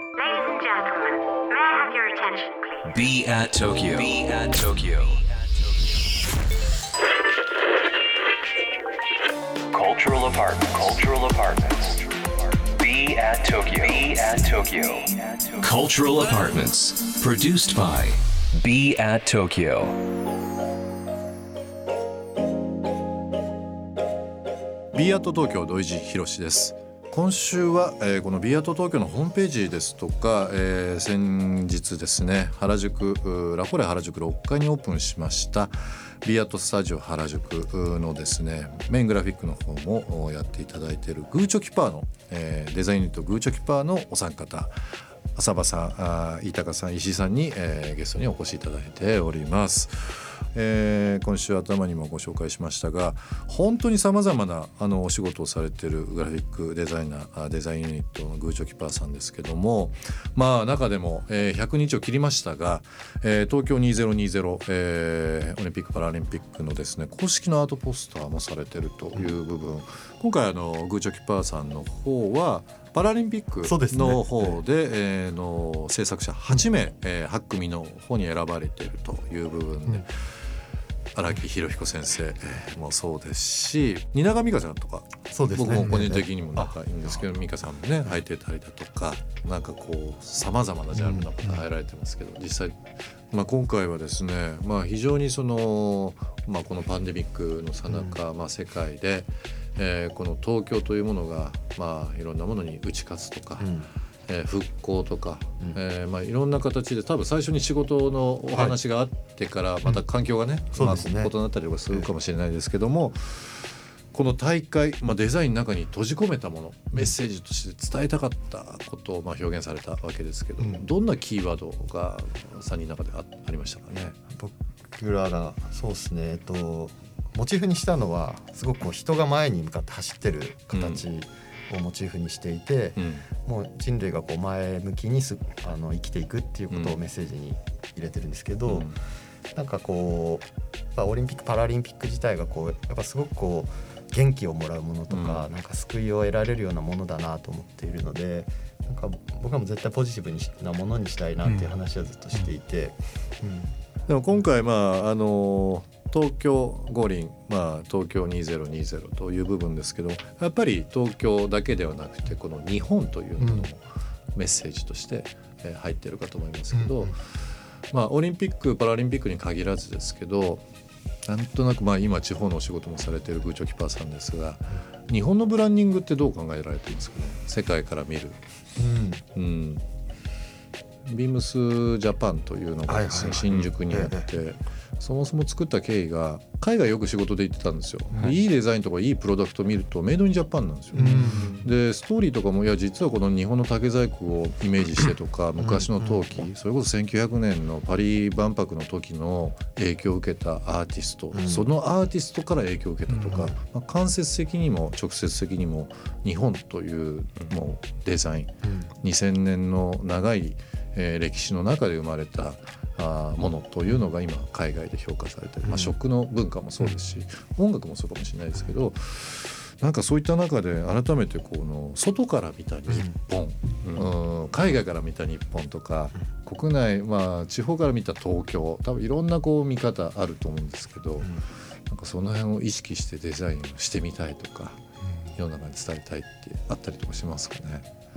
and gentlemen, may I have your attention, please? Be at Tokyo. Be at Tokyo. Cultural apartments. Cultural apartments. Be at Tokyo. Be at Tokyo. Cultural apartments. Produced by Be at Tokyo. Be at Tokyo土井地博です。今週は、この Be at Tokyo のホームページですとか、先日ですね原宿ラフォレ原宿6階にオープンしましたBe atスタジオ原宿のですねメイングラフィックの方もやっていただいているグーチョキパーの、デザインユニットグーチョキパーのお三方浅場さん、飯高さん、石井さんに、ゲストにお越しいただいております。今週頭にもご紹介しましたが本当にさまざまなお仕事をされているグラフィックデザイナーデザインユニットのグーチョキパーさんですけども中でも、100日を切りましたが、東京2020、オリンピックパラリンピックのですね公式のアートポスターもされているという部分今回グーチョキパーさんの方はパラリンピックの方で、の制作者8名、8組の方に選ばれているという部分で、荒木博彦先生もそうですし蜷川美香さんとかそうです、ね、 僕も個人的にも仲いいんですけど美香さんもね入ってたりだとかなんかこうさまざまなジャンルの方入られてますけど実際、今回はですね、非常にこのパンデミックの最中、世界で、この東京というものが、いろんなものに打ち勝つとか、復興とか、いろんな形で多分最初に仕事のお話があってからまた環境がね、異なったりとかするかもしれないですけども、この大会、デザインの中に閉じ込めたものメッセージとして伝えたかったことを表現されたわけですけど、どんなキーワードが3人の中で ありましたかね。 僕らがそうですね、モチーフにしたのはすごく人が前に向かって走ってる形をモチーフにしていて、もう人類がこう前向きに生きていくっていうことをメッセージに入れてるんですけど、なんかこうオリンピックパラリンピック自体がこうやっぱすごくこう元気をもらうものとか、なんか救いを得られるようなものだなと思っているので、なんか僕はもう絶対ポジティブなものにしたいなっていう話はずっとしていて、 でも今回東京五輪、東京2020という部分ですけどやっぱり東京だけではなくてこの日本というものもメッセージとして入っているかと思いますけど、オリンピックパラリンピックに限らずですけどなんとなく今地方のお仕事もされているグーチョキパーさんですが、日本のブランディングってどう考えられていますかね。世界から見る、ビームスジャパンというのがですね、新宿にあって、そもそも作った経緯が海外よく仕事で行ってたんですよ、いいデザインとかいいプロダクトを見るとメイドインジャパンなんですよ、でストーリーとかも実はこの日本の竹細工をイメージしてとか昔の陶器、それこそ1900年のパリ万博の時の影響を受けたアーティスト、そのアーティストから影響を受けたとか、間接的にも直接的にも日本というもうデザイン、2000年の長い歴史の中で生まれたものというのが今海外で評価されている、食の文化もそうですし、音楽もそうかもしれないですけど、なんかそういった中で改めてこの外から見た日本、海外から見た日本とか国内、地方から見た東京、多分いろんな見方あると思うんですけど、なんかその辺を意識してデザインをしてみたいとか世の中に伝えたいってあったりとかしますかね。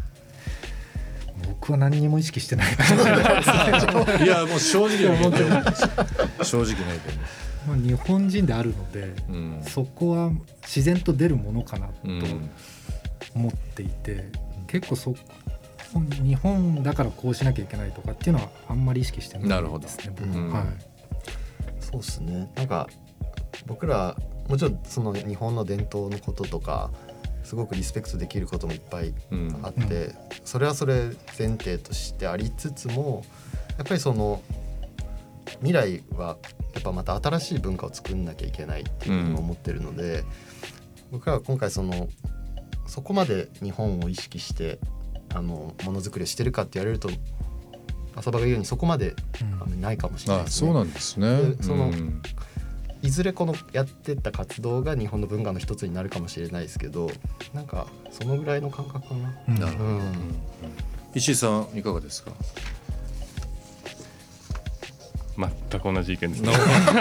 僕は何にも意識してないいやもう正直な意見正直な意見日本人であるので、そこは自然と出るものかなと思っていて、結構日本だからこうしなきゃいけないとかっていうのはあんまり意識してないですね。 そうですね。なんか僕らもちろんその日本の伝統のこととかすごくリスペクトできることもいっぱいあって、それはそれ前提としてありつつも、やっぱりその未来はやっぱまた新しい文化を作んなきゃいけないっていうふうに思ってるので、僕らは今回そこまで日本を意識してものづくりをしてるかって言われると浅場が言うようにそこまでないかもしれないですね。 そうなんですね。 いずれこのやってった活動が日本の文化の一つになるかもしれないですけど、なんかそのぐらいの感覚かな。 石井さんいかがですか？ 全く同じ意見ですね。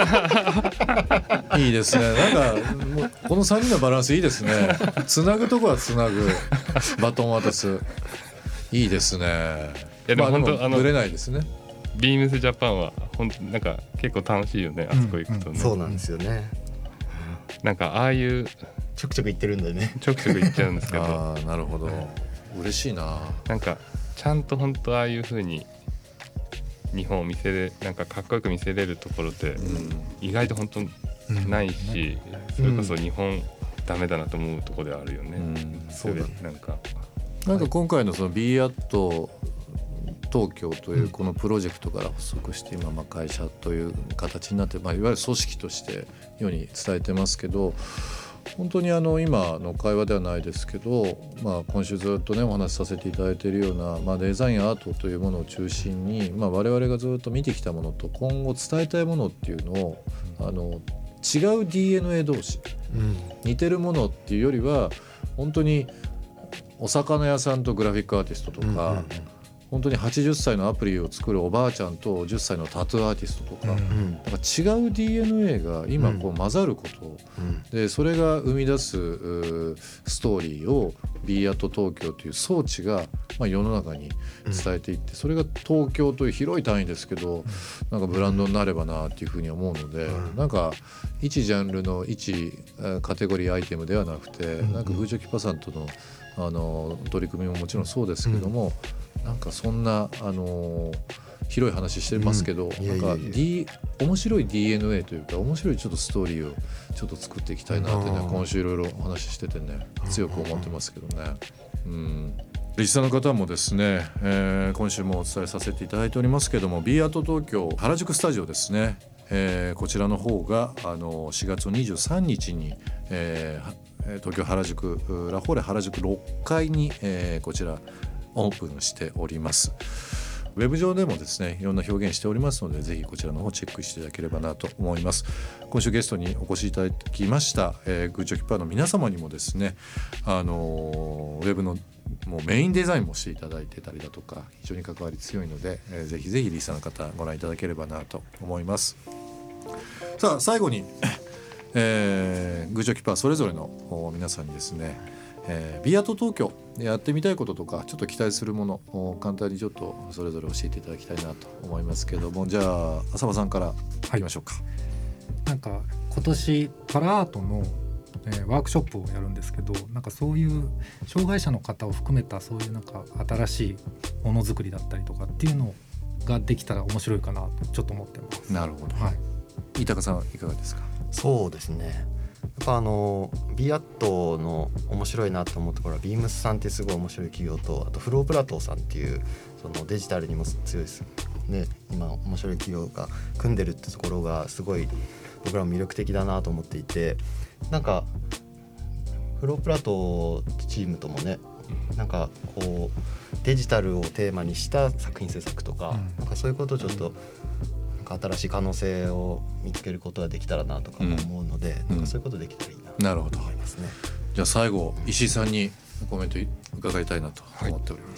いいですね。なんかもうこの3人のバランスいいですね。つなぐとこはつなぐ、バトン渡す、いいですね。 いやでも本当ぶれないですね。 ビームスジャパンは本当なんか結構楽しいよね、あそこ行くとね。 そうなんですよね。 なんかああいうちょくちょく行ってるんだよね。 ちょくちょく行っちゃうんですけどああなるほど、嬉しいな。 なんかちゃんと本当ああいう風に日本を見せれなんかかっこよく見せれるところって意外と本当ないし、それこそ日本ダメだなと思うところではあるよね。 そうだね。 なんか今回のその BAT東京というこのプロジェクトから発足して今会社という形になって、いわゆる組織として世に伝えてますけど、本当に今の会話ではないですけど、今週ずっとねお話しさせていただいているような、デザインアートというものを中心に、我々がずっと見てきたものと今後伝えたいものっていうのを違う DNA 同士、似てるものっていうよりは本当にお魚屋さんとグラフィックアーティストとか、本当に80歳のアプリを作るおばあちゃんと10歳のタトゥーアーティストとか、なんか違う DNA が今こう混ざること、でそれが生み出すストーリーを BAT東京という装置が世の中に伝えていって、それが東京という広い単位ですけどなんかブランドになればなっていうふうに思うので、なんか一ジャンルの一カテゴリーアイテムではなくて、なんかグーチョキパさんとの取り組みももちろんそうですけども、なんかそんな広い話してますけど、なんか面白い DNA というか面白いちょっとストーリーをちょっと作っていきたいなってね、今週いろいろお話ししててね強く思ってますけどね。リスナーの方もですね、今週もお伝えさせていただいておりますけども、 BAT東京原宿スタジオですね、こちらの方が4月23日に、東京原宿ラフォーレ原宿6階に、こちらオープンしております。ウェブ上でもですねいろんな表現しておりますので、ぜひこちらの方チェックしていただければなと思います。今週ゲストにお越しいただきました、グーチョキパーの皆様にもですねウェブのもうメインデザインもしていただいてたりだとか非常に関わり強いので、ぜひぜひリスナーの方ご覧いただければなと思います。さあ最後に、グーチョキパーそれぞれの皆さんにですねBAT東京でやってみたいこととかちょっと期待するものを簡単にちょっとそれぞれ教えていただきたいなと思いますけども、じゃあ浅場さんからいきましょうか。 なんか今年パラアートの、ワークショップをやるんですけど、なんかそういう障害者の方を含めたそういうなんか新しいものづくりだったりとかっていうのができたら面白いかなとちょっと思ってます。 なるほど、飯高さんいかがですか？ そうですね、やっぱBATの面白いなと思うところはビームスさんってすごい面白い企業と、あとフロープラトーさんっていうそのデジタルにも強いですね、今面白い企業が組んでるってところがすごい僕らも魅力的だなと思っていて、なんかフロープラトーチームともね、なんかこうデジタルをテーマにした作品制作とか、なんかそういうことをちょっと新しい可能性を見つけることができたらなとか思うので、なんかそういうことできたらいいなと思いますね。 じゃあ最後石井さんにコメント伺いたいなと思っております。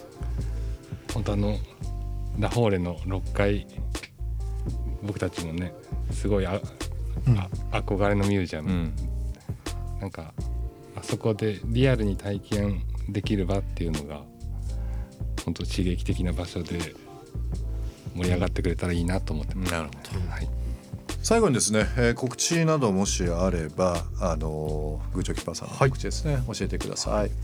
本当ラフォーレの6階僕たちもねすごい憧れのミュージアム、なんかあそこでリアルに体験できる場っていうのが本当刺激的な場所で盛り上がってくれたらいいなと思ってます。 なるほど、最後にですね、告知などもしあればグーチョキパーさんの告知ですね、教えてください。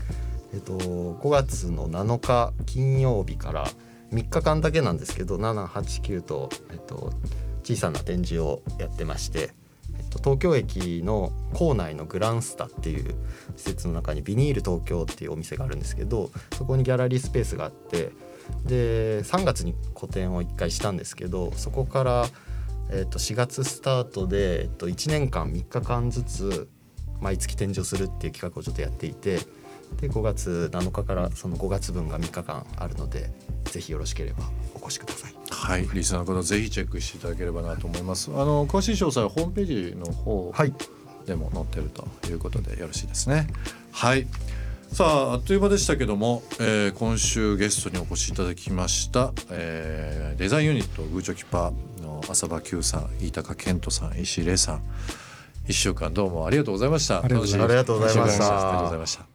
5月の7日金曜日から3日間だけなんですけど7、8、9と、小さな展示をやってまして、東京駅の構内のグランスタっていう施設の中にビニール東京っていうお店があるんですけど、そこにギャラリースペースがあって、で3月に個展を1回したんですけど、そこから4月スタートで1年間3日間ずつ毎月展示をするっていう企画をちょっとやっていて、で5月7日からその5月分が3日間あるので、ぜひよろしければお越しください。 はい、リスナーの方ぜひチェックしていただければなと思います。詳しい詳細はホームページの方でも載ってるということでよろしいですね。はい、 さあ、あっという間でしたけども、今週ゲストにお越しいただきました、デザインユニットグーチョキパの浅場久さん、飯高健人さん、石井玲さん、1週間どうもありがとうございました。 ありがとうございました。 ありがとうございました。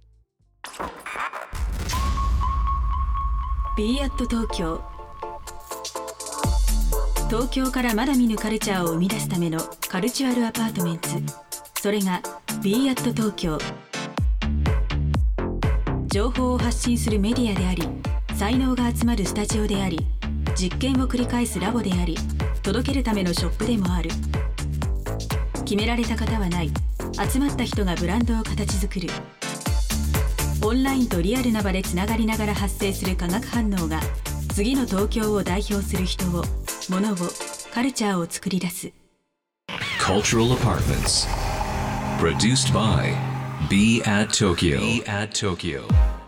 Be at 東京。東京からまだ見ぬカルチャーを生み出すためのカルチュアルアパートメント、それが Be at 東京。情報を発信するメディアであり、才能が集まるスタジオであり、実験を繰り返すラボであり、届けるためのショップでもある。決められた型はない。集まった人がブランドを形作る。オンラインとリアルな場でつながりながら発生する化学反応が、次の東京を代表する人を、物を、カルチャーを作り出す。 Cultural Apartments Produced by Be at Tokyo. Be at Tokyo.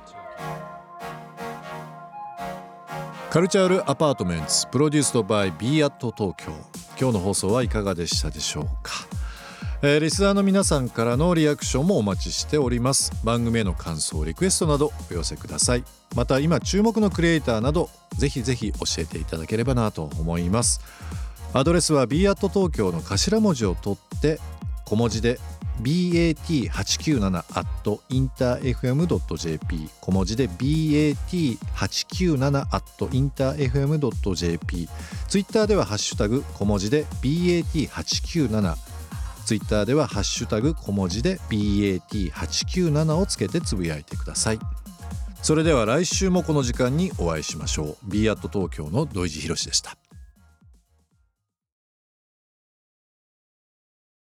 カルチャールアパートメントプロデュースドバイ Be at 東京。今日の放送はいかがでしたでしょうか。リスナーの皆さんからのリアクションもお待ちしております。番組への感想、リクエストなどお寄せください。また今注目のクリエイターなどぜひぜひ教えていただければなと思います。アドレスは Be at 東京の頭文字を取って小文字で bat897@interfm.jp 小文字で bat897@interfm.jp ツイッターではハッシュタグ小文字で bat897 ツイッターではハッシュタグ小文字で bat897 をつけてつぶやいてください。それでは来週もこの時間にお会いしましょう。 Be at 東京の土井地博でした。